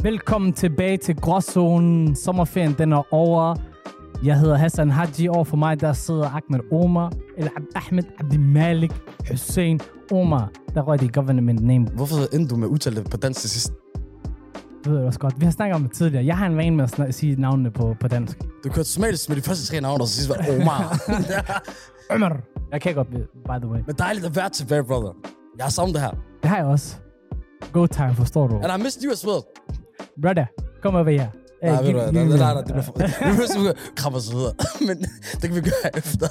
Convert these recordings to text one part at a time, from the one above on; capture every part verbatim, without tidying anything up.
Velkommen tilbage til Gråzonen. Sommerferien, den er over. Jeg hedder Hassan Haji. Over for mig, der sidder Ahmed Omar. Eller Ahmed Abdi Malik Hussein Omar. Der røg det i government name. Hvorfor endte du med at udtale det på dansk til sidst? Det ved jeg også godt. Vi har snakket om det tidligere. Jeg har en vane med at snak- sige navnene på, på dansk. Du kørte somalisk med de første tre navne, og så sidst var det Omar. Omar. Jeg kan godt, by the way. Men dejligt at være tilbage, brother. Jeg har savnet det her. Det har jeg også. Go time, forstår du? And I missed you as well. Brother, kom over her. Hey, Nej, ved du giv- hvad, giv- nej, nej, nej, det bliver for... Det bliver så krammer så videre. Men det kan vi gøre efter.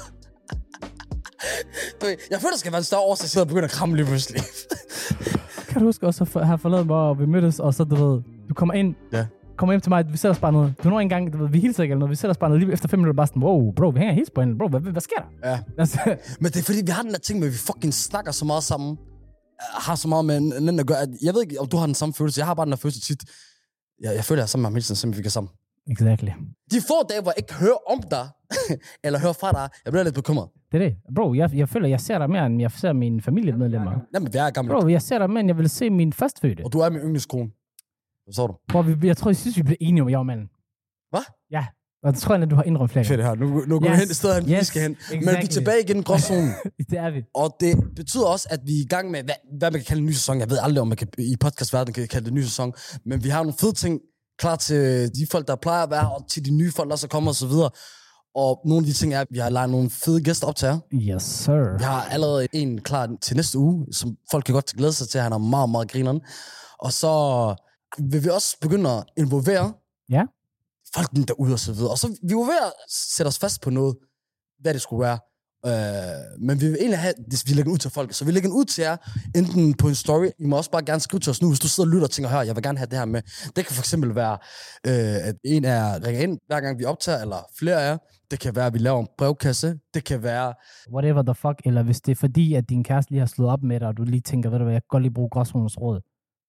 Du ved, jeg føler, der skal være en større årsag, at jeg sidder og begynder at kramme lige pludselig. Kan du huske også at have forladet mig, og vi mødtes, og så, du ved, du kommer ind, Ja. kommer hjem til mig, vi sætter os bare noget. Du når engang, du ved, vi hilser ikke eller noget, vi sætter os bare noget lige efter fem minutter, bare sådan, wow, bro, vi hænger helt på hinanden, bro, hvad, hvad sker der? Ja. Altså, Men det er fordi, vi har den der ting med, at vi fucking snakker så meget sammen. Har så meget med en at gøre. At jeg ved ikke, om du har den samme følelse. Jeg har bare den der følelse tit. Jeg, jeg føler, jeg er sammen med ham hele tiden, simpelthen vi kan sammen. exactly. De få dage, hvor jeg ikke hører om dig, eller hører fra dig, jeg bliver lidt bekymret. Det er det. Bro, jeg, jeg føler, jeg ser dig mere, end jeg ser mine familiemedlemmer. Jamen, vi er gamle. Bro, jeg ser dig mere, end jeg vil se min førstfødte. Og du er min yndlingskone. Hvad så du? Bro, vi, jeg tror, jeg synes, vi blev enige om, jeg og manden. Hvad? Ja. Og det tror jeg, at du har indrømt flere Fedt gange. her. Nu, nu går Yes. vi hen til stedet, vi Yes. skal hen. Exactly. Men vi er tilbage igen i gråzonen. Det er vi. Og det betyder også, at vi er i gang med, hvad, hvad man kan kalde en ny sæson. Jeg ved aldrig, om man kan, i podcastverdenen kan kalde det en ny sæson. Men vi har nogle fede ting klar til de folk, der plejer at være, og til de nye folk, der så kommer og så videre. Og nogle af de ting er, at vi har lejet nogle fede gæster op til jer. Yes, sir. Vi har allerede en klar til næste uge, som folk kan godt glæde sig til. Han er meget, meget grineren. Og så vil vi også begynde at involvere Ja. folk derude og så videre. Og så vi var ved at sætte os fast på noget, hvad det skulle være. Øh, men vi vil egentlig have, hvis vi lægger ud til folk. Så vi lægger ud til jer, enten på en story. I må også bare gerne skrive til os nu, hvis du sidder og lytter og tænker, hør, jeg vil gerne have det her med. Det kan for eksempel være, øh, at en af jer ringer ind, hver gang vi optager, eller flere af jer. Det kan være, at vi laver en brevkasse. Det kan være... Whatever the fuck. Eller hvis det er fordi, at din kæreste lige har slået op med dig, og du lige tænker, ved du hvad, jeg kan godt lige bruge Gråzonens råd.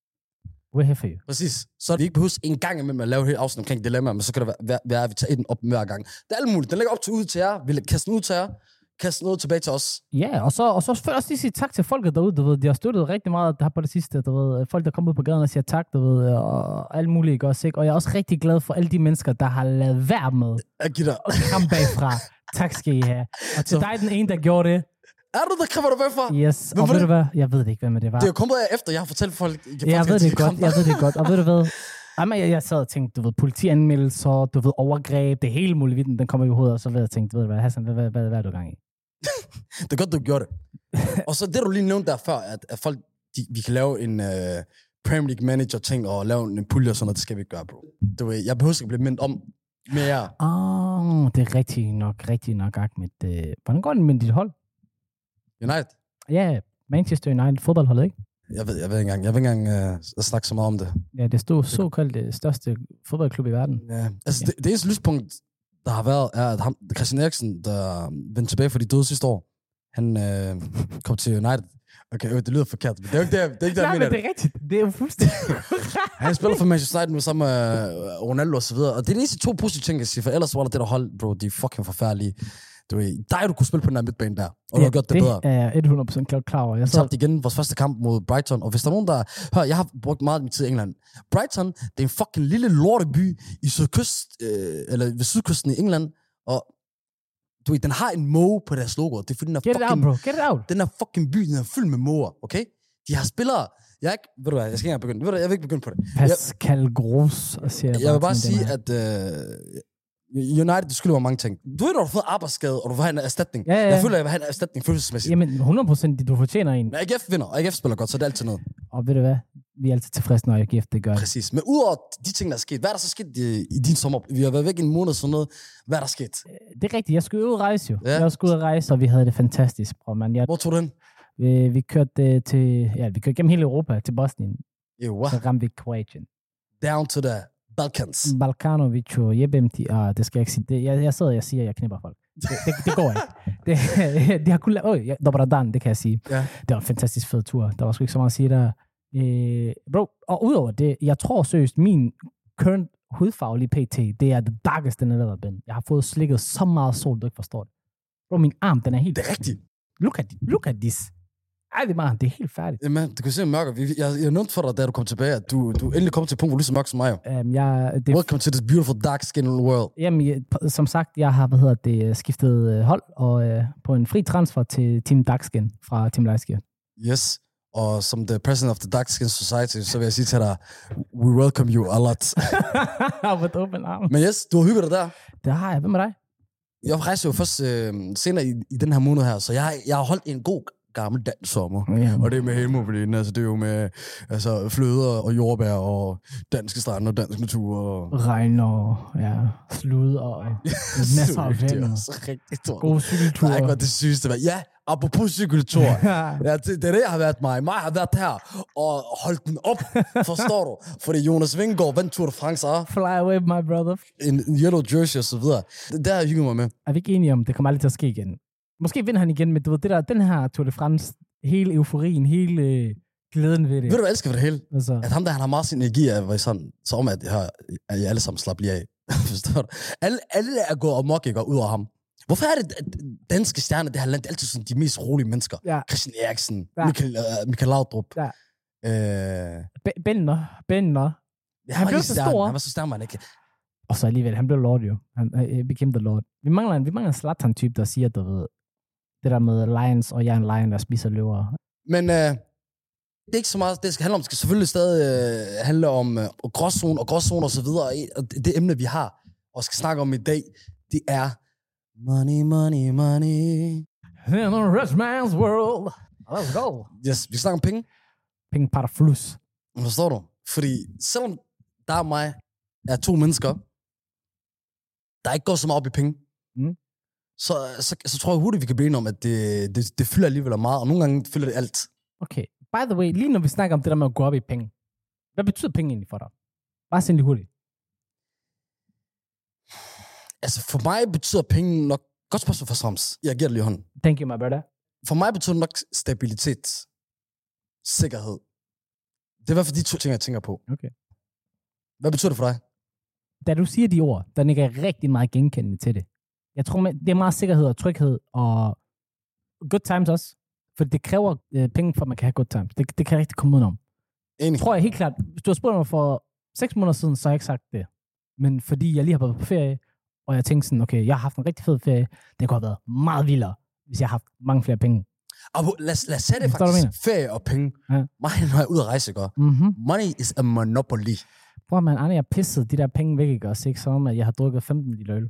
We're here for you. Præcis. Så er vi ikke behøver en gang imellem at lave et helt afsnit omkring dilemmaer, men så kan det være, være at vi tager den op hver gang. Det er alt muligt. Den lægger op til ud til jer. Vi kaster den ud til jer. Kaster noget tilbage til os. Ja, og så, og så føler jeg også lige sige tak til folket derude, du ved. De har støttet rigtig meget her på det sidste, du ved. Folk, der kommer ud på gaden og siger tak, du ved, og alt muligt, ikke også, ikke? Og jeg er også rigtig glad for alle de mennesker, der har lavet være med Jeg giver dig. og komme bagfra. Tak skal I have. Og til Så- dig, den ene, der gjorde det. Er du, der kræver du bagfra? Yes, Men og hvor ved det- du hvad? Jeg ved det ikke, hvem det var. Det er jo kommet af efter, jeg har fortalt folk. Jeg, Jeg ved det godt, jeg ved det godt. Og ved du hvad? Jamen, jeg, jeg sad og tænkte, du ved, politianmeldelser, du ved, overgreb, det hele mulige, den kommer i hovedet, og så ved jeg tænkte, ved du hvad, Hassan, hvad, hvad, hvad, hvad er du gang i? Det er godt, du gjorde det. Og så det, du lige nævnte der før, at, at folk, de, vi kan lave en uh, Premier League manager-ting, og lave en pulje og sådan noget, det skal vi ikke gøre, bro. Du ved, jeg behøver ikke blive mindet om mere. Åh, oh, det er rigtigt nok, rigtigt nok, Ahmed. Øh, Hvordan går det med dit hold? United? Ja, Manchester United, fodboldholdet, ikke? Jeg ved, jeg ved ikke engang, jeg vil ikke engang uh, snakke så meget om det. Ja, det stod såkaldt det største fodboldklub i verden. Ja. Altså, det, det eneste lyspunkt, der har været, er, at ham, Christian Eriksen, der vendte tilbage for de døde sidste år, han øh, kom til United. Okay, det lyder forkert, men det er jo ikke det, det, er ikke det jeg Nej, mener. men det er rigtigt. Det er jo fuldstændig. Han spiller for Manchester United nu sammen med øh, Ronaldo og så videre. Og det er de eneste to positive ting, jeg siger, for ellers var der det der hold, bro, de er fucking forfærdelige. Du ved, dig, du kunne spille på den her midtbane der, og du har gjort det, det bedre. er jeg hundrede procent klar over. Jeg Vi så, tabte igen vores første kamp mod Brighton, og hvis der er nogen, der... Hør, jeg har brugt meget af min tid i England. Brighton, det er en fucking lille lorteby i sydkyst, øh, eller ved sydkysten i England, og du ved, den har en måge på deres logo. Det er fordi, den er get it out, fucking... bro. Get it out. Den her fucking by, den er fyldt med måger, okay? De har spillere... Jeg er ikke... Ved du hvad, jeg skal ikke engang begynde. Ved du, jeg vil ikke begynde på det. Pascal Gross, siger jeg Jeg vil bare til sige, den her. at uh, United, det skylder mig mange ting. Du ved, når du har fået arbejdsskade, og du vil have en erstatning. Ja, ja, ja. Jeg føler, at jeg vil have en erstatning følelsesmæssigt. Jamen, hundrede procent, du fortjener en. Men A G F vinder, og A G F spiller godt, så det er altid noget. Og ved du hvad? Vi er altid tilfredse, når A G F det gør det. Præcis. Men udover de ting, der er sket, hvad er der så sket i, i din sommer? Vi har været væk en måned og sådan noget. Hvad er der sket? Det er rigtigt. Jeg skulle ud og rejse jo. Ja. Jeg skulle ud og rejse, og vi havde det fantastisk, bror, man. Jeg, Hvor tog du hen? vi, vi kørte til, ja, vi kørte gennem hele Europa til Bosnien. Jo, Så ramte vi Kroatien. down to the Balkans. Balkanovic og Jebemti, ah, det skal jeg ikke sige. Det, jeg, jeg sidder og jeg siger, at jeg knipper folk. Det, det, det går ikke. Det, de har kun lavet... Øj, ja, Dobradan, det kan jeg sige. Ja. Det var en fantastisk fed tur. Der var sgu ikke så meget at sige der. Øh, bro, og udover det, jeg tror seriøst, min current hudfarve P T, det er det darkest, den har været been. Jeg har fået slikket så meget sol, du ikke forstår det. Bro, min arm, den er helt... Det er rigtigt. Look at, look at this. Ej, det er meget, det er helt færdigt. Jamen, du kan se mørker. Jeg, jeg nævnte for dig, da du kom tilbage, at du, du endelig kom til et punkt, hvor du er så mørk som mig. Um, jeg, det, Welcome to this beautiful dark skin world. Jamen, jeg, som sagt, jeg har, hvad hedder det, skiftet hold og uh, på en fri transfer til Team Darkskin fra Team Lightskin. Yes. Og som the president of the Dark Skin Society, så vil jeg sige til dig, we welcome you a lot. Med åben arm. Men yes, du har hygget dig der. Det har jeg. Hvem er dig? Jeg rejser jo først øh, senere i, i den her måned her, så jeg, jeg har holdt en god gammel dansk sommer. Ja. Og det er med hele mobilen, altså det er jo med altså, fløder og jordbær og danske strande og dansk natur. Og... regn og ja, slud og masser af Det er vand. også rigtigt. Gode cykelture. Nej, det sygeste. Ja, apropos cykeltur. Ja, det, det er det, jeg har været mig. Mig har været her og holdt den op, forstår du? Fordi Jonas Vingegaard vandt Tour de France. Fly away, my brother. En, en yellow jersey og så videre. Det der jeg hygger mig med. Er vi ikke enige om, det kommer aldrig til at ske igen? Måske vinder han igen, men du ved, det der, den her Tour de France, hele euforien, hele øh, glæden ved det. Ved du, hvad jeg elsker ved det hele? Altså. At ham der, han har meget sin energi af, hvor sådan, så om at, jeg har, at jeg alle sammen slapper lige af. Forstår du? Alle, alle er gået amok, ikke, ud over ham. Hvorfor er det, at danske stjerner, det her land, det er altid sådan de mest rolige mennesker? Ja. Christian Eriksen, Ja. Michael, uh, Michael Laudrup. Ja. Øh, B- Bender, Bender. ja, Han var blev ikke så stjerne. stor. Han var så stærn, man ikke. Og så alligevel, han blev lord jo. Han uh, became the lord. Vi mangler en, vi mangler en Zlatan-type, der siger, du ved, det der med lions, og jeg er en lion, der spiser løver. Men øh, det er ikke så meget, det skal handle om. Det skal selvfølgelig stadig øh, handle om øh, gråzone og gråzone og så videre. Og det, det emne, vi har og skal snakke om i dag, det er money, money, money. In a rich man's world. Let's go. Yes, vi snakker om penge. Penge paraflus. Forstår du? Fordi selvom der og mig er to mennesker, der ikke går så meget op i penge, Mm. så, så, så tror jeg hurtigt, vi kan blive enige om, at det, det, det fylder alligevel meget, og nogle gange fylder det alt. Okay. By the way, lige når vi snakker om det der med at gå op i penge, hvad betyder penge egentlig for dig? Bare sind lige hurtigt. Altså for mig betyder penge nok, godt spørgsmål for Sams, jeg giver det lige hånden. Thank you, my brother. For mig betyder det nok stabilitet, sikkerhed. Det er i hvert fald de to ting, jeg tænker på. Okay. Hvad betyder det for dig? Da du siger de ord, der ligger rigtig meget genkendende til det. Jeg tror, det er meget sikkerhed og tryghed og good times også. For det kræver øh, penge, for at man kan have good times. Det, det kan jeg rigtig komme ud om. Enig. Tror jeg helt klart. Hvis du har spurgt mig for seks måneder siden, så har jeg ikke sagt det. Men fordi jeg lige har været på ferie, og jeg tænkte sådan, okay, jeg har haft en rigtig fed ferie. Det kunne have været meget vildere, hvis jeg har haft mange flere penge. Og lad, os- lad os sætte det Forstår du, faktisk. Ferie og penge. Ja. Mig, når jeg er ude at rejse, gør. Mhm. Money is a monopoly. Hvor man, Arne, jeg pissede de der penge væk, ikke også? Ikke som, at jeg har drukket femten liter øl.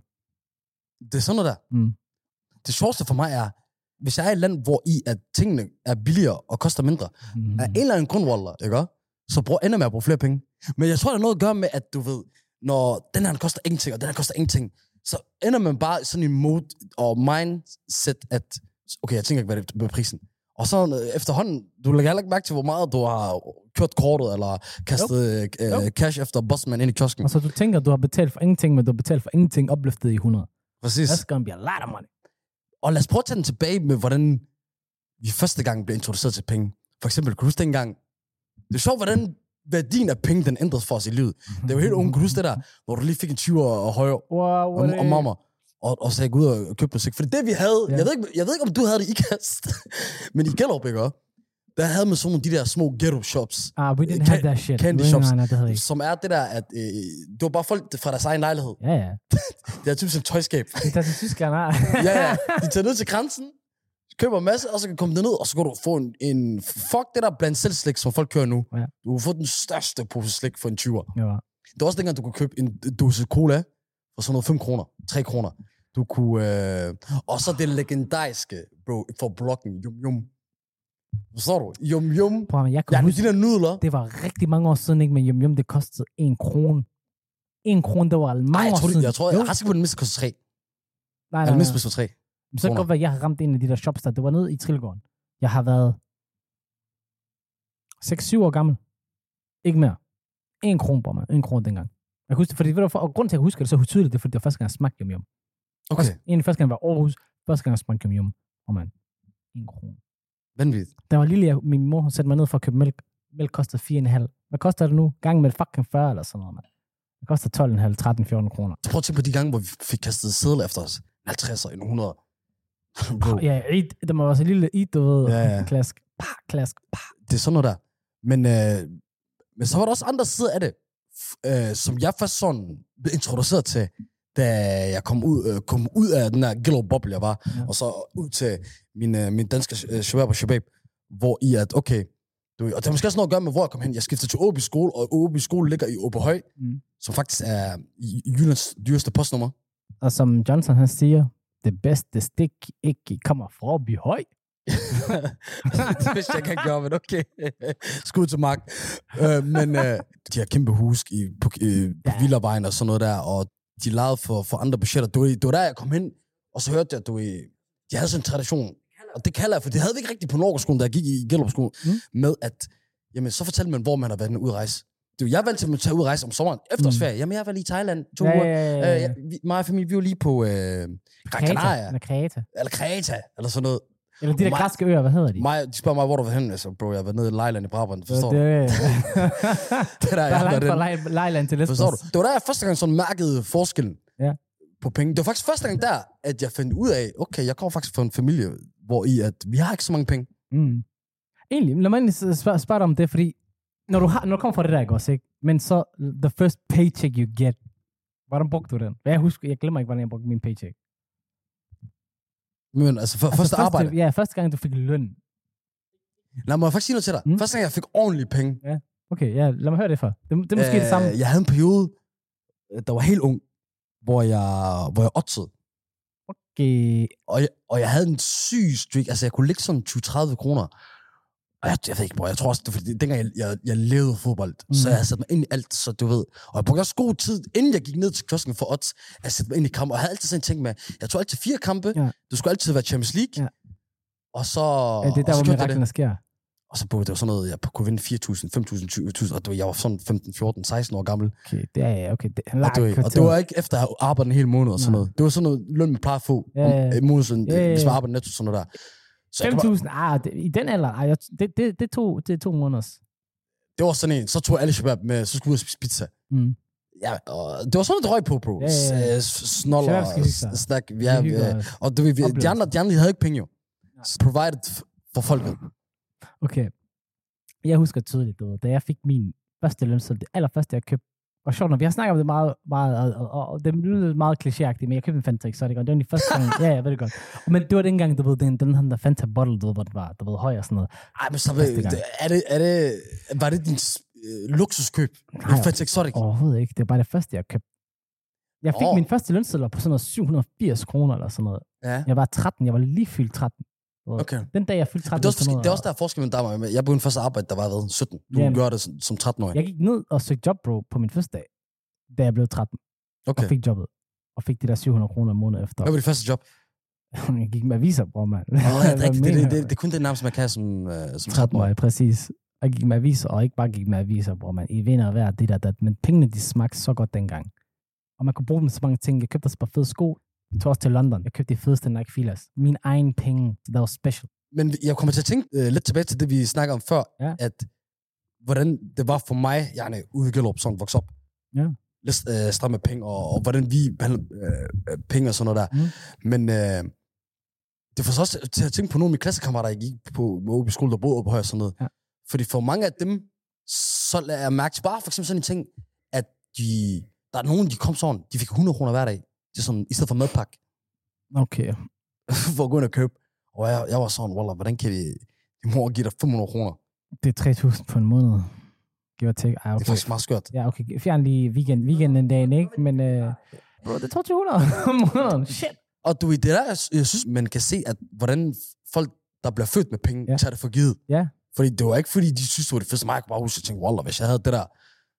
Det er sådan noget der. Mm. Det sjoveste for mig er, hvis jeg er i et land, hvor i at tingene er billigere og koster mindre, Mm. af en eller anden grund, Wallah, ikke? Så bruger, ender med at bruge flere penge. Men jeg tror, der er noget at gøre med, at du ved, når den her koster ingenting, og den her koster ingenting, så ender man bare sådan en mode og mindset, at okay, jeg tænker ikke, hvad det er med prisen. Og så øh, efterhånden, du lægger heller ikke mærke til, hvor meget du har kørt kortet, eller kastet øh, cash efter bossman ind i kiosken. Og så du tænker, du har betalt for ingenting, men du har betalt for ingenting opløftet i hundrede. Præcis. That's gonna be a lot of money. Og lad os prøve at tage den tilbage med, hvordan vi første gang blev introduceret til penge. For eksempel, kan du huske dengang? Det er sjovt, hvordan værdien af penge, den ændrede for os i livet. Det var helt unge, kan du huske det der, hvor du lige fik en tyver og højre Wow, og, og mamma, og, og så jeg gå ud og købte musik. For det er det, vi havde. Ja. Jeg, ved ikke, jeg ved ikke, om du havde det i Ikast, men i Gellerup, ikke også? Der havde man sådan nogle de der små ghetto shops, Ah, we didn't Ca- have that shit. candy Nej, shops, nej, nej, det havde jeg ikke. som er det der, at øh, det var bare folk fra deres egen lejlighed. Ja, ja. Det er typisk et tøjskab. Det tager til Tyskland, nej. Ja, ja. De tager ned til grænsen, køber en masse, og så kan komme derned, og så kan du få en, en fuck det der blandt selv slik, som folk kører nu. Ja. Du kan få den største pose slik for en tyver. Ja. Det var også dengang, du kunne købe en dose cola for sådan noget fem kroner, tre kroner. Du kunne, øh... og så det legendariske, bro, for blokken, yum yum. Forstår du? Yum yum. Prøv at, jeg kan Ja, huske, de der nudler. det var rigtig mange år siden, ikke? Men Yum Yum, det kostede en krone. En krone, det var mange Nej, jeg år tror, siden. det, jeg tror, Jo. jeg har sikkert på den mindste koster tre. Nej, Eller nej, den mindste nej. koster tre. Men så kan det godt være, at jeg har ramt en af de der shops der. Det var nede i Trillegården. Jeg har været seks syv år gammel. Ikke mere. En krone på mig. En krone dengang. Jeg kan huske det, fordi, ved du, for, og grund til, at jeg husker det så tydeligt, det er, fordi det var første gang, jeg smagte Yum Yum. Okay, Også, en af første gang, jeg var i Aarhus. Første gang, jeg smagte Yum Yum. Og man, en krone. vanvittigt. Der var lille, jeg, min mor satte mig ned for at købe mælk. Mælk kostede fire komma fem. Hvad koster det nu? Gang med fucking fyrre eller sådan noget, man. Det koster tolv komma fem, tretten fjorten kroner. Så prøv at tænke på de gange, hvor vi fik kastet sædler efter os. halvtredser, en hundrede. Bro. Ja, Eid, der må være så lille Eid, du ved, Ja, ja. klask. Pah, klask. Pah. Det er sådan noget der. Men, øh, men så var der også andre sider af det, f- øh, som jeg først sådan blev introduceret til, da jeg kom ud, øh, kom ud af den der Gellerup-boble, jeg var, ja. Og så ud til min, øh, min danske øh, shabab og shabab, hvor i at, okay, du, og det har måske også noget at gøre med, hvor jeg kom hen. Jeg skiftede til Åby skole, og Åby skole ligger i Åbyhøj, mm. som faktisk er i Jyllands dyreste postnummer. Og som Johnson han siger, det bedste stik ikke kommer fra Åbyhøj. Det vidste jeg ikke gøre, men okay. Skud til Mark. Øh, men øh, de har kæmpe hus i, på, i, på ja. Villavejen og sådan noget der, og de lavede for, for andre budgetter. Det var, det var der, jeg kom hen, og så hørte jeg, at du, de havde sådan en tradition. Og det kalder jeg, for det havde vi ikke rigtigt på Norgeskolen, da jeg gik i Gellerup-skolen, mm. med at, jamen, så fortalte man, hvor man har været ud at rejse. Det jeg valgte til at tage ud at rejse om sommeren, efterårsferie. Mm. Jamen, jeg var lige i Thailand to ja, uger. Ja, ja, ja. Øh, jeg, vi, mig og familie, vi var lige på øh, Gran Canaria. Eller Kreta. Eller Kreta, eller sådan noget. Eller de der mig, græske øer, hvad hedder de? Mig, de spørger mig, hvor du var henne. Altså, bro, jeg var nede i Lejland i Brabant, forstår det, du? Det, det der, der er langt fra Lejland til Lesbos. Forstår du? Det var der, jeg første gang sådan mærkede forskellen ja. på penge. Det var faktisk første gang der, at jeg fandt ud af, okay, jeg kommer faktisk fra en familie, hvor i at vi har ikke så mange penge. Mm. Egentlig, lad mig egentlig spørge, spørge dig om det, fordi når du, har, når du kommer fra det der, ikke også, ikke? Men så, the first paycheck you get, hvordan brugte du den? Jeg husker, jeg glemmer ikke, hvordan jeg brugte min paycheck. Men altså, for, altså første arbejde? Ja, første gang, du fik løn. Lad mig faktisk sige noget til dig. Mm? Første gang, jeg fik ordentlige penge. Ja, okay, ja, lad mig høre det for. Det, det er måske øh, det samme. Jeg havde en periode, der var helt ung, hvor jeg, hvor jeg ottede. Okay. Og jeg, og jeg havde en syg streak. Altså, jeg kunne lægge sådan tyve til tredive kroner. Og jeg, jeg ved ikke, bror, jeg tror også, det var fordi, dengang jeg, jeg, jeg levede fodbold, mm. så jeg satte mig ind i alt, så du ved. Og jeg brugte også god tid, inden jeg gik ned til kiosken for odds, jeg satte mig ind i kampe, og jeg havde altid sådan en ting med, jeg tog altid fire kampe, ja. Du skulle altid være Champions League, ja. Og så... Ja, det er der, hvor miraklerne sker. Og så det var sådan noget, jeg kunne vinde fire tusind, fem tusind, tyve tusind, og du, jeg var sådan femten, fjorten, seksten år gammel. Okay, det er okay. Det er og, det, og det var ikke efter at have arbejdet en hel måned og sådan noget. Det var sådan noget løn, man plejer at få, ja, ja. Om, måned, sådan, ja, ja. Hvis man arbejder netto sådan noget der. fem tusind, bare... ah, det, i den alder, ah, det, det, det, tog, det tog måneders. Det var sådan en, så tog alle shabab med, så skulle vi ud og spise pizza. Mm. Ja, og det var sådan noget, røg på, bro. Ja, ja, ja. Snoller og snack. Ja, ja. Og det, vi, de, andre, de andre, de havde ikke penge jo. Ja. Provided for folket. Okay. Jeg husker tydeligt, du, da jeg fik min første lønseddel, det allerførste, jeg købte, og sjovt, når vi har snakket om det meget, meget og, og, og det lyder meget klichéagtigt, men jeg købte en Fanta, så er det godt. Det var den første gang, ja, jeg ved det godt. Men det var den gang, du ved, den, den her Fanta bottle, du ved, hvor den var, du ved, høj og sådan noget. Ej, men så ved, er det, er det, var det din øh, luksuskøb? Nej, Fanta Exotic? Overhovedet ikke. Det var bare det første, jeg købte. Jeg fik oh. min første lønseddel på sådan noget syv hundrede og firs kroner eller sådan noget. Ja. Jeg var tretten, jeg var lige fyldt tretten. Okay. Den dag, jeg fyldte tretten. Det er, også, det er også der forskel med dig, men jeg begyndte først at arbejde, der var hvad, sytten. Du Jamen, gjorde det som, som tretten-årig. Jeg gik ned og søgte job, bro, på min første dag, da jeg blev tretten. Okay. Og fik jobbet. Og fik de der syv hundrede kroner om måneden efter. Hvad var dit første job? Jeg gik med aviser, bror, mand. Oh, ja, det, det, det, det, det, det er kun det nærmest, man kan som, uh, som tretten-årig. Præcis. Jeg gik med aviser, og ikke bare gik med aviser, bror, man. I vinder hver det der, der. Men pengene, de smagte så godt dengang. Og man kunne bruge dem så mange ting. Jeg købte også bare fede sko. Jeg tog også til London. Jeg købte de fedeste Nike Filas. Min egen penge, så det var special. Men jeg kommer til at tænke uh, lidt tilbage til det, vi snakker om før, ja. At hvordan det var for mig, jeg ude i Gellerup, sådan vokset op. Ja. Lidt uh, stramme penge, og, og hvordan vi behandler uh, penge og sådan noget der. Mm. Men uh, det får så også til at tænke på nogle af mine klassekammerater, jeg gik på Åby skole, der boede på højre og sådan noget. Ja. Fordi for mange af dem, så lader jeg mærke til bare for eksempel sådan en ting, at de, der er nogen, de kom sådan, de fik hundrede kroner hver dag. Det er sådan, i stedet for madpakke. Okay. For at gå ind og købe. Og jeg, jeg var sådan, wallah, hvordan kan de, de mor give dig fem hundrede kroner? Det er tre tusind på en måned. Giv og take. Ah, okay. Det er faktisk meget skørt. Ja, okay. Fjern lige weekend, weekenden dagen, ikke? Men, uh, bro, det er to tusind om måneden. Shit. Og du, det der, jeg, jeg synes, man kan se, at hvordan folk, der bliver født med penge, ja. Tager det for givet. Ja. Fordi det var ikke, fordi de synes, det var det første. Jeg kunne bare huske, at jeg tænkte, wallah, hvis jeg havde det der,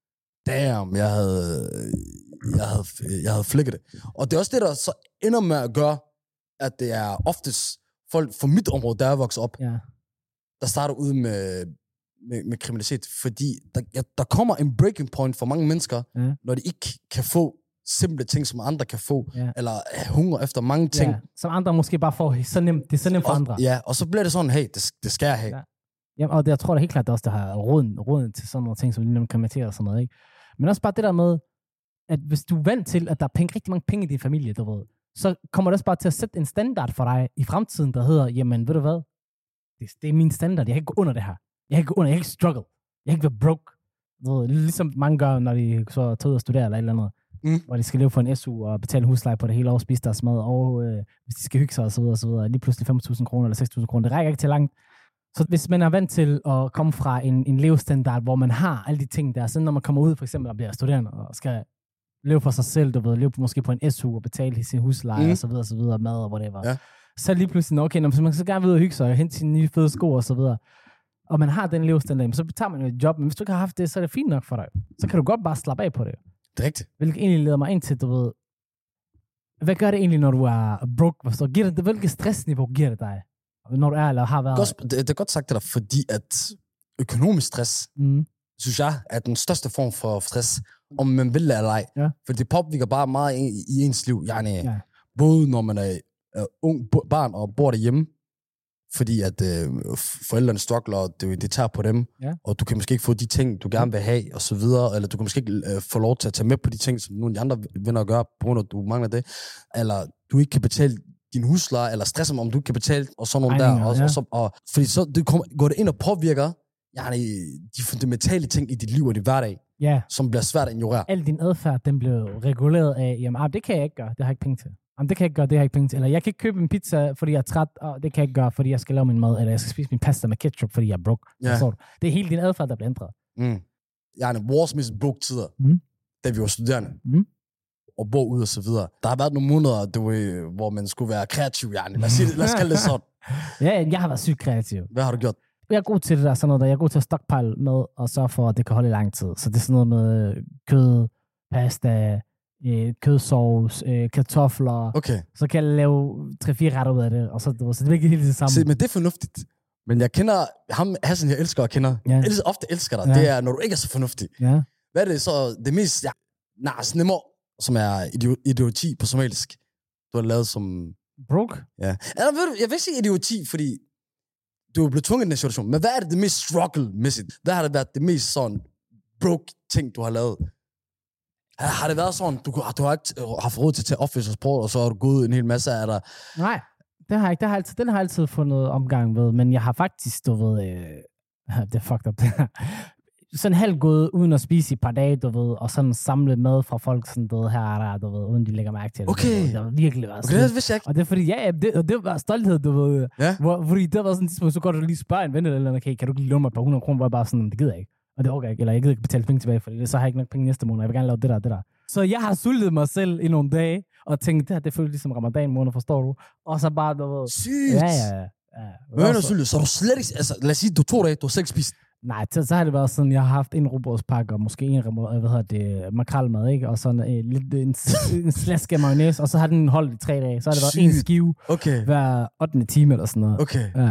damn, jeg havde, jeg havde, jeg havde flækket det. Og det er også det, der så ender med at gøre, at det er oftest folk fra mit område, der er vokset op, ja. Der starter ud med, med, med kriminalitet. Fordi der, ja, der kommer en breaking point for mange mennesker, ja. Når de ikke kan få simple ting, som andre kan få, ja. Eller hunger efter mange ting. Ja. Som andre måske bare får, så nemt, det er så nemt for og, andre. Ja, og så bliver det sådan, hey, det, det skal jeg have. Ja. Jamen, og det, jeg tror da helt klart, det er også, der har råden, råden til sådan nogle ting, som lige kriminalitet og sådan noget, ikke? Men også bare det der med, at hvis du er vant til, at der er penge, rigtig mange penge i din familie, du ved, så kommer det også bare til at sætte en standard for dig i fremtiden, der hedder, jamen, ved du hvad? det, det er min standard. Jeg kan ikke gå under det her. Jeg kan ikke gå under, jeg kan ikke struggle. Jeg kan ikke være broke. Du ved, ligesom mange gør, når de så tager ud og studerer eller et eller andet. Mm. Hvor de skal leve for en S U og betale husleje på det hele år, spise deres mad, og øh, hvis de skal hygge sig og så videre, og så videre. Lige pludselig fem tusind kroner eller seks tusind kroner. Det rækker ikke til langt. Så hvis man er vant til at komme fra en, en levestandard, hvor man har alle de ting der, så når man kommer ud for eksempel og bliver studerende og skal leve for sig selv, du ved, leve på, måske på en S U og betale sin husleje mm. og så videre, og så videre, mad og whatever. Ja. Så lige pludselig, okay, når man så gerne vil ud og hygge sig og hente sine nye fede sko og så videre, og man har den levestandard, så tager man jo et job, men hvis du ikke har haft det, så er det fint nok for dig. Så kan du godt bare slappe af på det. Det er rigtigt. Hvilket egentlig leder mig ind til, du ved, hvad gør det egentlig, når du er broke? Så giver det, hvilket stressniveau giver det dig? Når du er eller har været... Godt, det, det er godt sagt det der, fordi at økonomisk stress, mm. synes jeg, er den største form for stress, om man vil eller ej. Ja. For det påvirker bare meget i, i ens liv. Yani, ja. Både når man er uh, ung barn og bor derhjemme, fordi at uh, forældrene struggler, og det, det tager på dem, ja. Og du kan måske ikke få de ting, du gerne vil have, og så videre, eller du kan måske ikke uh, få lov til at tage med på de ting, som nogle af de andre venner gør, på grund af, at du mangler det, eller du ikke kan betale din husleje, eller stresser mig, om du ikke kan betale, og sådan nogle der. Og, ja. og, så, og, fordi så det kommer, går det ind og påvirker yani, de fundamentale ting i dit liv og dit hverdag, ja. Som bliver svært at ignorere. Al din adfærd, den blev reguleret af, jamen, ah, det kan jeg ikke gøre, det har jeg ikke penge til. Jamen, det kan jeg ikke gøre, det har jeg ikke penge til. Eller jeg kan ikke købe en pizza, fordi jeg er træt, og det kan jeg ikke gøre, fordi jeg skal lave min mad, eller jeg skal spise min pasta med ketchup, fordi jeg er broke. Ja. Så, det er hele din adfærd, der bliver ændret. Mm. Yani, vores mest broke tider, mm. da vi var studerende, mm. og bor ud og så videre. Der har været nogle måneder, du, hvor man skulle være kreativ, yani. Lad os, sige, lad os kalde det sådan. Ja, jeg har været sygt kreativ. Hvad har du gjort? Jeg er god til det der, sådan noget der. Jeg er god til at stockpile med, og sørge for, at det kan holde i lang tid. Så det er sådan noget med kød, pasta, øh, kødsovs, øh, kartofler. Okay. Så kan jeg lave tre-fire retter ud af det, og så, så det er ikke helt det samme. Se, men det er fornuftigt. Men jeg kender ham, Hassan, jeg elsker og kender. Ja. Jeg ofte elsker dig. Ja. Det er, når du ikke er så fornuftig. Ja. Hvad er det så, det mest, ja, nej, nemmere, som er idioti på somalisk, du har lavet som... Broke? Ja. Eller, ved du, jeg vil ikke sige idioti, fordi du er blevet tvunget i den situation, men hvad er det, det mest struggle-mæssigt? Hvad har det været det mest sådan broke ting, du har lavet? Har det været sådan, du, du har ikke haft råd til at tage office og sport, og så har du gået en hel masse af dig? Nej, det har jeg ikke. Det har altid, den har jeg altid fundet omgang ved, men jeg har faktisk, du ved, øh, det er fucked up, det her. Sådan halvt gået uden at spise i et par dage, du ved, og sådan samle mad fra folk, sådan, du ved, her og der, du ved, uden de lægger mærke til det. Okay. Det var virkelig været okay, det vidste jeg ikke. Og det er fordi, ja, det, og det var stolthed, du ved. Ja. Hvor, fordi det var sådan et tidspunkt, så går du lige spørge en ven eller noget, okay, kan du ikke lige låne mig et par hundrede kroner, hvor jeg bare sådan, det gider jeg ikke. Og det orker jeg ikke, eller jeg gider ikke betale penge tilbage, for det, så har jeg ikke nok penge næste måned, jeg vil gerne lave det der, det der. Så jeg har sultet mig selv i nogle dage, og tænkt, det her, det føles ligesom ramadan måned, forstår du? Og så bare, du ved... Sygt! Ja, ja, ja. Hvad er du sultet? Så er du slet ikke... Altså, lad os sige, du to dage, du har slet ikke spist. Nej, så, så har det været sådan, jeg har haft en rugbrødspakke, og måske en, hvad hedder det, makrelmad, ikke? Og sådan en, lidt, en, en slaske mayonnaise, og så har den holdt i tre dage. Så har det været en skive okay. hver ottende time eller sådan noget. Okay. Ja.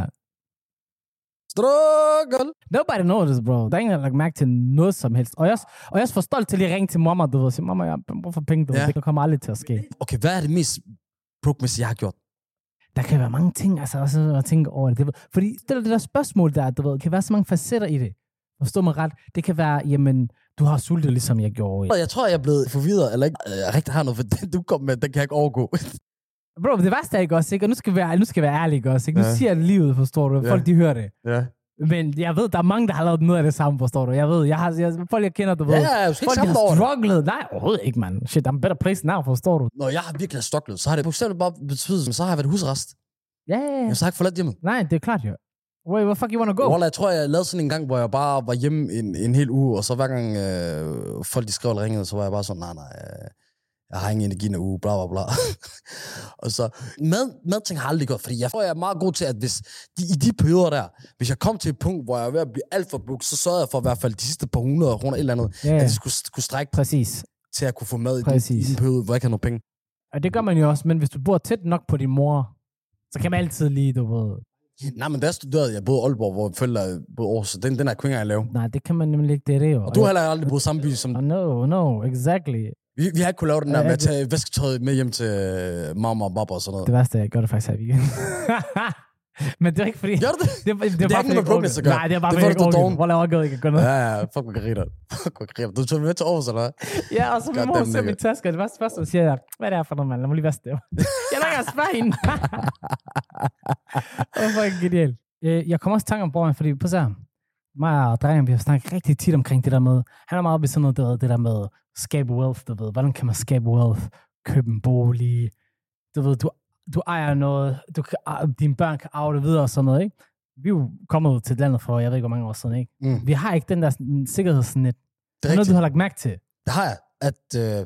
Struggle! Nobody knows this, bro. Der er ingen, der har lagt mærke til noget som helst. Og jeg, og jeg er for stolt til at ringe til mamma, du ved, og sige, mamma, jeg har brug for penge, du ved. Ja. Det kommer aldrig til at ske. Okay, hvad er det mest broke-mæssigt, jeg har gjort? Der kan være mange ting, altså også at tænke over det. det fordi stiller det der spørgsmål der, du ved, det kan være så mange facetter i det. Forstår mig ret. Det kan være, jamen, du har sultet, ligesom jeg gjorde. Jeg tror, jeg er blevet forvirret, eller ikke jeg rigtig har noget, for det, du kom med, den kan jeg ikke overgå. Bro, det værste er ikke også, ikke? Og nu skal vi være, nu skal vi være ærlige også, ikke? Nu ja. siger jeg livet, forstår du? Folk, ja. de hører det. Ja. Men jeg ved, der er mange, der har lavet noget af det samme, forstår du? Jeg ved, jeg har, jeg, folk, jeg kender, du ved. Ja, jeg skal folk, ikke har strugglet. Nej, overhovedet ikke, man. Shit, I'm better place now, forstår du? Når jeg har virkelig strugglet, så har det på eksempel bare betydet, så har jeg været husarrest. Ja, ja, ja. Jeg har ikke forladt hjemmet. Nej, det er klart, jo. Wait, where fuck you wanna go? Well, jeg tror, jeg lavede sådan en gang, hvor jeg bare var hjemme en, en hel uge, og så hver gang øh, folk de skrev eller ringede, så var jeg bare sådan, nej, nej, øh, jeg har ingen energi en uge, bla, bla, bla. Og så, mad, madting har aldrig gjort, fordi jeg tror, jeg er meget god til, at hvis de, i de perioder der, hvis jeg kom til et punkt, hvor jeg er ved at blive alt for brugt, så sørgede jeg for i hvert fald de sidste par hundrede kroner eller andet, yeah. at de skulle, skulle strække Præcis. til at kunne få mad i, i en periode, hvor jeg ikke har nogen penge. Og det gør man jo også, men hvis du bor tæt nok på din mor, så kan man altid lige, du ved... Nej, men der studerede jeg både Aalborg, hvor jeg følger både år, så den, den er ikke engang at lave. Nej, det kan man nemlig ikke, det er det jo. Og du har heller aldrig boet samme by som... Oh, no, no, exactly. Vi, vi har ikke kunnet lave den der med at tage vasketøjet med hjem til mamma og baba og sådan noget. Det værste er, jeg gør det faktisk her i weekenden. Men det er ikke fordi... Gør du det? Det, det, det, det er ikke noget med progress at gøre. Nej, det er bare fordi, jeg ikke Hvor laver jeg ikke gøre noget? Ja, ja, fuck, hvad griner. Fuck, hvad griner. Du tog med til Aarhus, eller hvad? Ja, og så min mor ser min taske, og det var første, så siger jeg, hvad er det her for noget, mand? Lad mig lige vaske det. Jeg er ikke at spørge hende. Det var fucking genialt. Øh, jeg kommer også i tanke om Borgen, fordi på så mig og drengen, vi har snakket rigtig tit omkring det der med, han er meget op i sådan noget, der, det der med skabe wealth, du ved. Hvordan kan man skabe wealth? Købe en bolig. Du ved, du, du ejer noget, du kan, dine børn kan arve det videre og sådan noget, ikke? Vi er jo kommet til landet for, jeg ved ikke, hvor mange år siden, ikke? Mm. Vi har ikke den der sikkerhedsnet. Det er noget, du har lagt mærke til. Det har jeg. At, øh,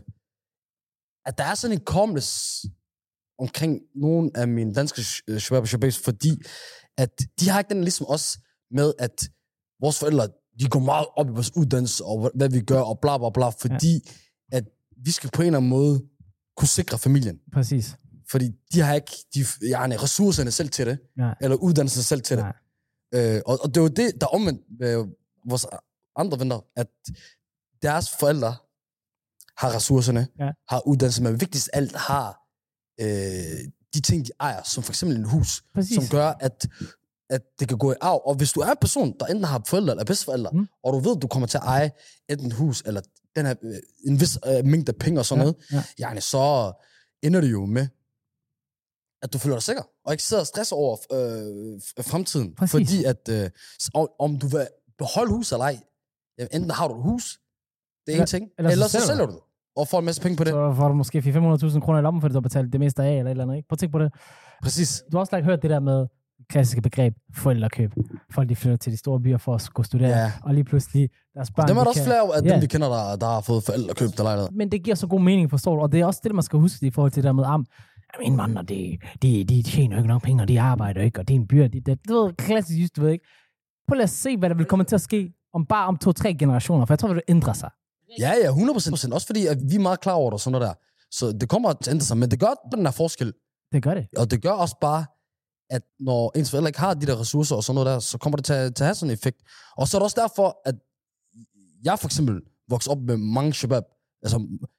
at der er sådan en komles omkring nogle af mine danske shabab og shababs, fordi at de har ikke den ligesom os med, at vores forældre, de går meget op i vores uddannelse, og hvad vi gør, og bla bla bla, fordi ja. At vi skal på en eller anden måde kunne sikre familien. Præcis. Fordi de har ikke de, ja, ressourcerne selv til det, ja. Eller uddannelsen selv til ja. Det. Øh, og, og det er jo det, der omvendt øh, vores andre venner, at deres forældre har ressourcerne, ja. Har uddannelse, men vigtigst af alt har øh, de ting, de ejer, som for eksempel en hus, Præcis. Som gør, at, at det kan gå i arv. Og hvis du er en person, der enten har forældre eller bedsteforældre, mm. og du ved, at du kommer til at eje enten hus, eller den her, en vis øh, mængde penge og sådan ja. Noget, ja. Yani, så ender det jo med, at du føler dig sikker, og ikke sidder og stresser over øh, fremtiden. Præcis. Fordi at, øh, om du vil beholde hus eller ej, enten har du et hus, det er eller, en ting, eller, eller så, så sælger du det, og får en masse penge på det. Så får du måske fem hundrede tusind kroner i lommen, fordi du har betalt det meste af, eller et eller andet, ikke? Prøv at tænke på det. Præcis. Du har også like, hørt det der med klassiske begreb, forældrekøb. Folk, de flytter til de store byer for at gå studere, ja. Og lige pludselig deres børn... Dem er der også flere af dem, ja. Vi kender, der, der har fået forældrekøb der lejlighed. Men det giver så god mening, forstår du, og det er også det, man skal huske i forhold til det der med am. Jamen, indvandrere, de, de, de tjener ikke nok penge, og de arbejder ikke, og det er en by, de, det, du ved, klassisk just, du ved ikke. Prøv at se, hvad der vil komme til at ske om bare om to-tre generationer, for jeg tror, det vil ændre sig. Ja, ja, hundrede procent. Også fordi, at vi er meget klar over det og sådan noget der. Så det kommer til at ændre sig, men det gør den der forskel. Det gør det. Og det gør også bare, at når ens forældre ikke har de der ressourcer og sådan noget der, så kommer det til at, til at have sådan en effekt. Og så er det også derfor, at jeg for eksempel vokser op med mange shabab, altså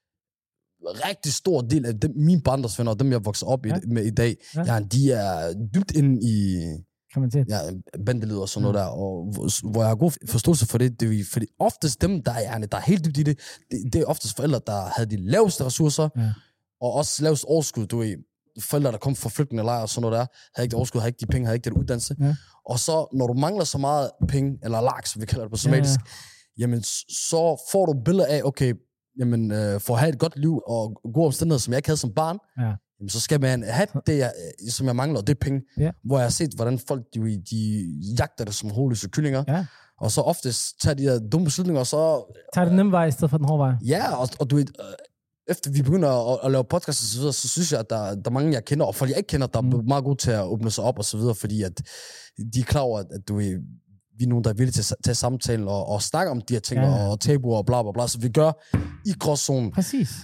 rigtig stor del af dem, mine barndomsvenner, og dem jeg vokser op ja. I, med i dag, ja. Ja, de er dybt inde i ja, bandelivet og sådan ja. Noget der, og hvor jeg har god forståelse for det, det er fordi oftest dem, der er, der er helt dybt i det, det, det er oftest forældre, der havde de laveste ressourcer, ja. Og også lavest overskud, du ved, forældre, der kom fra flygtningelejre og sådan noget der, havde ikke det overskud, havde ikke de penge, havde ikke den uddannelse, ja. Og så, når du mangler så meget penge, eller laks, som vi kalder det på somatisk, ja, ja. Jamen, så får du billeder af, okay, jamen, øh, for at have et godt liv og gode omstændigheder, som jeg ikke havde som barn, ja. Jamen, så skal man have det, jeg, som jeg mangler, og det er penge. Ja. Hvor jeg har set, hvordan folk, de, de jagter det som hovedløse kyllinger, ja. Og så oftest tager de der dumme beslutninger, og så... Tager det nemme vej i stedet for den hårde vej. Ja, og, og du ved, efter vi begynder at, at lave podcast og så videre, så synes jeg, at der, der er mange, jeg kender, og folk, jeg ikke kender, der er mm. meget gode til at åbne sig op og så videre, fordi at de er klar over, at, at du ved, vi er nogen, der er villige til at tage samtalen og, og snakke om de her ting, ja. Og tabuer og bla bla bla, så vi gør i gråzonen. Præcis.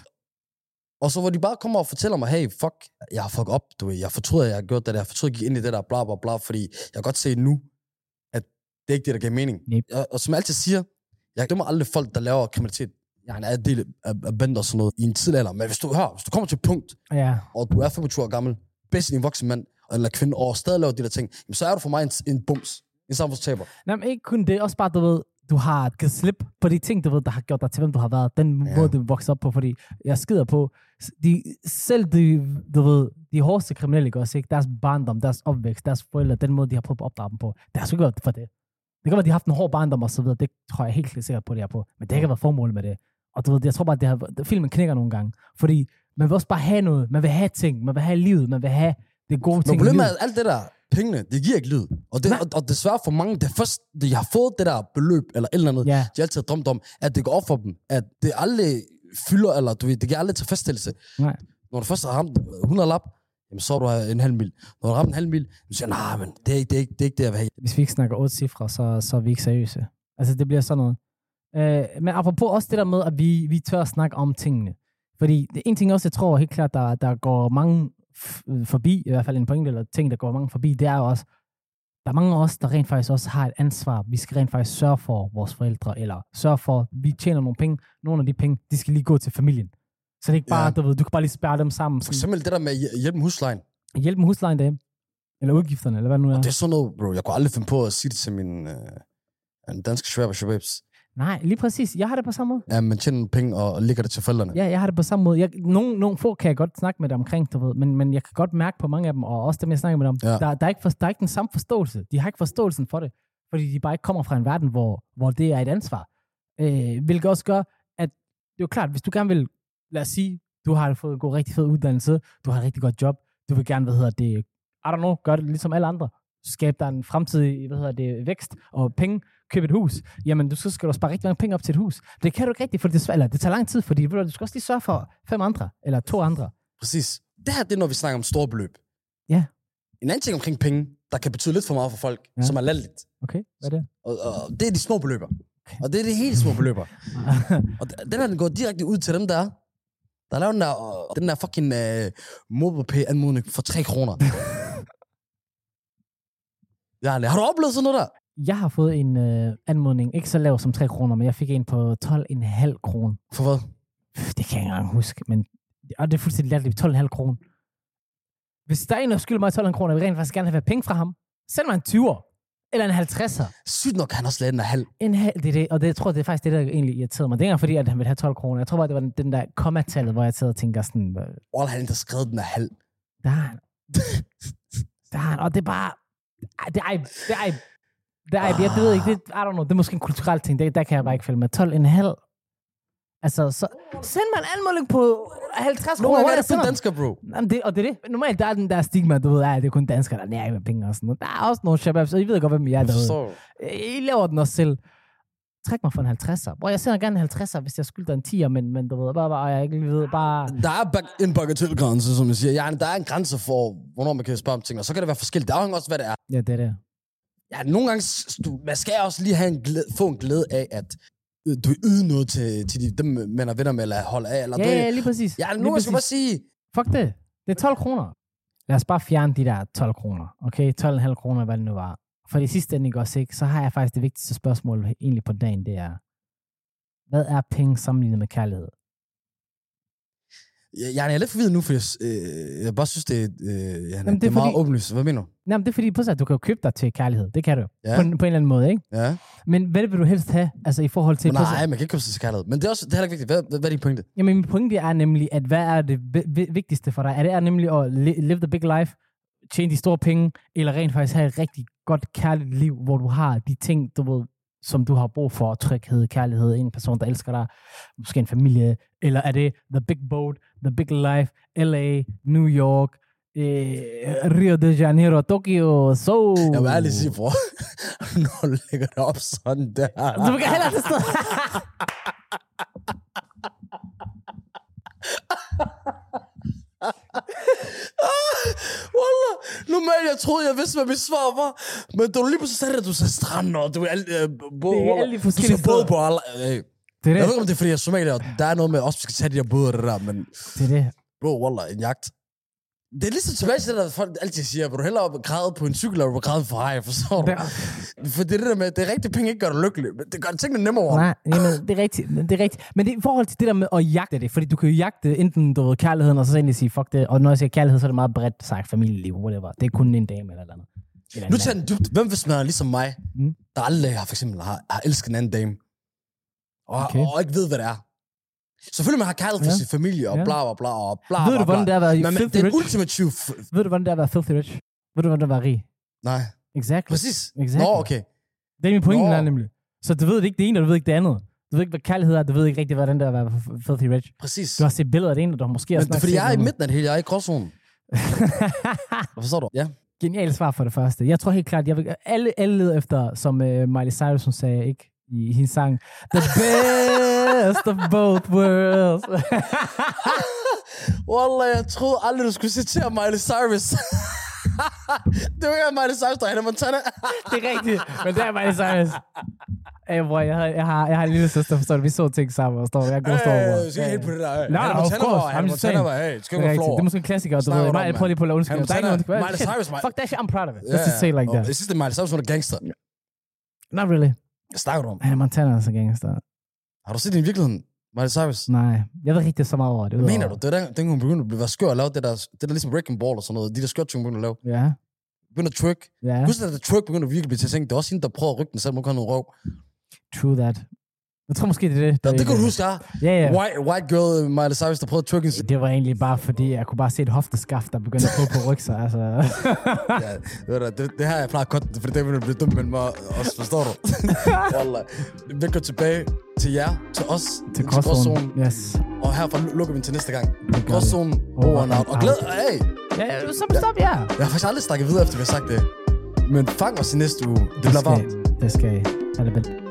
Og så hvor de bare kommer og fortæller mig, hey, fuck, jeg har fucket op, du ved, jeg fortryder, at jeg har gjort det der, jeg fortryder, at jeg gik ind i det der, bla bla bla, fordi jeg kan godt se nu, at det er ikke det, der giver mening. Yep. Og, og som jeg altid siger, jeg dømmer aldrig folk, der laver kriminalitet. Jeg er en del af, af bander og sådan noget i en tidlig alder, men hvis du hører, hvis du kommer til et punkt, ja. Og du er femogtyve år gammel, bedst en voksen mand eller kvinde, og stadig laver de der ting, så er du for mig en, en bums. En samfundstaber. Nej, men ikke kun det. Også bare, du ved, du har givet slip på de ting, du ved, der har gjort dig til, hvem du har været. Den ja. Måde, du vokser op på, fordi jeg skider på. De, selv de, du ved, de hårdeste kriminelle, ikke også, ikke? Deres barndom, deres opvækst, deres forældre, den måde, de har prøvet at opdrage dem på. Det har sgu ikke været for det. Det kan være, de har haft en hård barndom og så videre. Det tror jeg helt sikkert på, det er på. Men det har ikke været formålet med det. Og du ved, jeg tror bare, det har, filmen knækker nogle gange. Fordi man vil også bare have noget. Man vil have ting. Man vil have livet. Man vil have det gode ting. Men problemet er, alt det der pengene, det giver ikke lyd. Og, det, og, og desværre for mange, det først, de har fået det der beløb, eller et eller andet, yeah. de altid har drømt om, at det går op for dem, at det aldrig fylder, eller du ved, det giver aldrig tilfredsstillelse. Nej. Når du først har ramt hundrede lap, jamen, så har du en halv mil. Når du har ramt en halv mil, så siger du, nej, men det er, ikke, det, er ikke, det er ikke det, jeg vil have. Hvis vi ikke snakker otte cifre, så, så er vi ikke seriøse. Altså, det bliver sådan noget. Øh, men apropos også det der med, at vi, vi tør at snakke om tingene. Fordi det er en ting også, jeg tror helt klart, der, der går mange forbi, i hvert fald en pointe, eller ting, der går mange forbi, det er jo også, der er mange af os, der rent faktisk også har et ansvar. Vi skal rent faktisk sørge for vores forældre, eller sørge for, at vi tjener nogle penge. Nogle af de penge, de skal lige gå til familien. Så det er ikke bare, ja. du ved, du kan bare lige spærre dem sammen. For eksempel det der med at hjælpe med huslejen. Hjælpe med huslejen derhjemme. Eller udgifterne, eller hvad nu er. Og det er sådan noget, bro. Jeg kunne aldrig finde på at sige det til min øh, danske shabab og shababs. Nej, lige præcis. Jeg har det på samme måde. Ja, man tjener penge og lægger det til forældrene. Ja, jeg har det på samme måde. Jeg, nogle, nogle få kan jeg godt snakke med dem omkring, du ved, men, men jeg kan godt mærke på mange af dem, og også dem, jeg snakker med dem, Ja. der, der, er ikke for, der er ikke den samme forståelse. De har ikke forståelsen for det, fordi de bare ikke kommer fra en verden, hvor, hvor det er et ansvar. Øh, hvilket også gør, at det er jo klart, hvis du gerne vil, lad os sige, du har fået en god, rigtig fed uddannelse, du har et rigtig godt job, du vil gerne, hvad hedder det, I don't know, gør det ligesom alle andre, skabe dig en fremtidig, hvad hedder det, vækst og penge, købe et hus, jamen du så skal du spare rigtig mange penge op til et hus. Det kan du ikke rigtigt, for det, eller, det tager lang tid, fordi du skal også lige sørge for fem andre, eller to andre. Præcis. Det her, det er, når vi snakker om store beløb. Ja. En anden ting omkring penge, der kan betyde lidt for meget for folk, Ja. som er latterligt. Okay, hvad er det? Og, og det er de små beløber. Okay. Og det er de helt små beløber. Og den her, den går direkte ud til dem, der er. Der laver den der, uh, den der fucking uh, MobilePay-anmodning for tre kroner. Ja, har du oplevet sådan noget der? Jeg har fået en øh, anmodning, ikke så lav som tre kroner, men jeg fik en på tolv komma fem kroner. For hvad? Det kan jeg ikke engang huske, men og det er fuldstændig latterligt, tolv komma fem kroner. Hvis der er en, der skylder mig tolv komma fem kroner, jeg vil rent faktisk gerne have penge fra ham. Send mig en tyver. Eller en halvtredser. Sygt nok, han også lade den af halv. En halv, det er det, og det, jeg tror, det er faktisk det, der egentlig irriterede mig. Det er ikke fordi, at han ville have tolv kroner. Jeg tror bare, det var den, den der kommatallet, hvor jeg sidder og tænker sådan... Hvor han der skrev den af halv. Der er han. Der er han, og det er bare... Det er... Det er... Det er, jeg ved ikke, det, I don't know, det er måske en kulturel ting, det, der kan jeg bare ikke følge med. tolv komma fem. Altså, så send mig en anmelding på halvtreds kroner. Nogle gange er det kun dansker, bro. Jamen det, og det er det. Normalt, der er den der stigma, du ved, at det er kun danskere, der nærer med penge og sådan noget. Der er også nogle shababs, og I ved godt, hvem I er derude. I laver den også selv. Træk mig for en halvtredser. Bror, jeg sender gerne en halvtredser, hvis jeg skylder en tier, men, men du ved, bare, bare, jeg ikke ved, bare... Der er en bagatelgrænse, som jeg siger. Ja, der er en grænse for, hvornår man kan spørge om ting, og så kan det være forskelligt. Der er også, hvad det er. Ja, det er det. Ja, nogle gange, du, man skal også lige have en glæde, få en glæde af, at øh, du yder noget til, til de, dem, man er venner med, eller holder af. Eller Ja, du, ja, lige præcis. Ja, lige nu skal jeg bare sige... Fuck det. Det er tolv kroner. Lad os bare fjerne de der tolv kroner. Okay, tolv komma fem kroner, hvad det nu var. For det sidste ende også, ikke? Så har jeg faktisk det vigtigste spørgsmål egentlig på dagen, det er, hvad er penge sammenlignet med kærlighed? Jeg, jeg er lidt forvirret nu, for jeg, øh, jeg bare synes, det, øh, ja, Jamen, det, det er meget fordi- åbenlyst. Hvad mener du? Jamen, det er fordi, på sig, at du kan jo købe dig til kærlighed. Det kan du. Ja. På, en, på en eller anden måde, ikke? Ja. Men hvad vil du helst have, altså i forhold til... Nej, på sig- man kan ikke købe sig til kærlighed. Men det er også det er heller ikke vigtigt. Hvad, hvad, hvad er din pointe? Jamen, min pointe er nemlig, at hvad er det vi- vi- vigtigste for dig? Er det er nemlig at li- live the big life, tjene de store penge, eller rent faktisk have et rigtig godt kærligt liv, hvor du har de ting, du ved, som du har brug for, tryghed, kærlighed, en person, der elsker dig, måske en familie, eller er det the big boat, the big life, L A, New York, eh, Rio de Janeiro, Tokyo, so... Jeg vil ærligt sige, bror. Nu lægger det op sådan der. Du vil hellere til sted. Wallah, normalt jeg troede, jeg vidste, hvad mit svar var. Men da du lige pludselig sagde det, du sagde strand, og du er alle... Øh, bo, Det er wallah. alle de Du forskellige sagde både steder. på alle... Øh. Det er Jeg ved det. ikke, om det er, fordi jeg er somalier, og der er noget med, også vi skal tage de der båder og det der, men Det er det. bro, wallah, en jagt. Det er ligesom tilbage til det, der folk altid siger, vil du hellere op og græde på en cykel, eller vil du græde for hej, forstår du? Det For det er det der med, det er rigtige penge ikke gør dig lykkelig, men det gør tingene nemmere. Nej, jamen, det er rigtigt. Det er rigtigt. Men det er i forhold til det der med at jagte det, fordi du kan jo jagte enten du ved, kærligheden, og så egentlig sige, fuck det. Og når jeg siger kærlighed, så er det meget bredt sagt familieliv, whatever. Det er kun en dame eller noget. Eller Nu en tager den dybt. Hvem hvis man er ligesom mig, Mm. der aldrig har, for eksempel, har, har elsket en anden dame, og, Okay. og ikke ved, hvad det er. Selvfølgelig, man har kærlighed for Ja. sin familie, og Ja. bla, bla, bla, og bla, Ved bla, du, hvordan det er at være Men, men filthy det er rich? ultimativ... F- Ved du, hvordan det er at være filthy rich? Ved du, hvordan det er at være rig? Nej, Exactly. præcis. Exactly. Nå, okay. Det er min pointe Nå. der nemlig. Så du ved ikke det ene, og du ved ikke det andet. Du ved ikke, hvad kærlighed er, du ved ikke rigtig, hvordan det er at være f- filthy rich. Præcis. Du har set billeder af det ene, og du har måske Men også det er, nok fordi set jeg er i noget. midten af det hele. Jeg er i gråzonen. Forstår du? Ja. Genialt svar for det første. Jeg tror helt klart, jeg vil, alle, alle leder efter, som uh, Miley Cyrus hun sagde, ikke? I, i hendes sang, the best of both worlds. Wallah, jeg troede aldrig, du skulle citere Miley Cyrus. Det var ikke Miley Cyrus, der er Hannah Montana. Det er rigtigt, men det er Miley Cyrus. Hey, bror, jeg har, jeg har, jeg har en lille søster, forstår du? Vi så ting sammen, forstår du? Jeg er god stor, bror. Øh, skal ikke helt på det der. No, Hannah of Montana course. var- I'm Hannah just Montana saying. var, hey, skal Det ikke er være rigtigt. flår. Det er måske en klassiker, du Snakker ved. du om, Nej, prøv lige på at lade undskyld. Der er ikke Hannah noget, Montana, Miley Cyrus, man. Fuck that shit, I'm proud of it. Ja, Let's just say it like og that. Jeg synes, det er Miley Cyrus, hun er gangster. Not really. Hvad snakker du om? Hannah Montana er så gangster. Har du set det i virkeligheden? Miley Cyrus? Nej, jeg ved ikke, det er så meget over det. Hvad mener du? Det er den, den hun begyndte at blive skør og lave det der, det der ligesom Wrecking Ball og sådan noget. De der skør, hun begyndte at lave. Ja, Begyndte at twerk. ja. Husk, at der twerk begyndte at virkelig blive til ting. Det er også hende, der prøver at rykke den, selvom hun kan have noget røv. True that. Jeg tror måske, det er det. Ja, det kan du huske, ja. Ja, ja. White, white girl, Miley Cyrus, der prøvede at trykke en... Det var egentlig bare fordi, jeg kunne bare se et hofteskaft, der begyndte at få på ryg sig. Altså. Ja, ved du, det, det her jeg plejer at cutte, for det vil du blive dum mellem mig også, forstår du? Wallah. Vi går tilbage til jer, til os, til Gråzonen. Yes. Og herfra lukker vi til næste gang. Gråzonen, over and out. Og glæd, hey! Ja, så stop, ja. Jeg har faktisk aldrig snakket videre, efter vi har sagt det. Men fang os i næste uge. Det bliver varmt. Det skal I. Ha' det vel.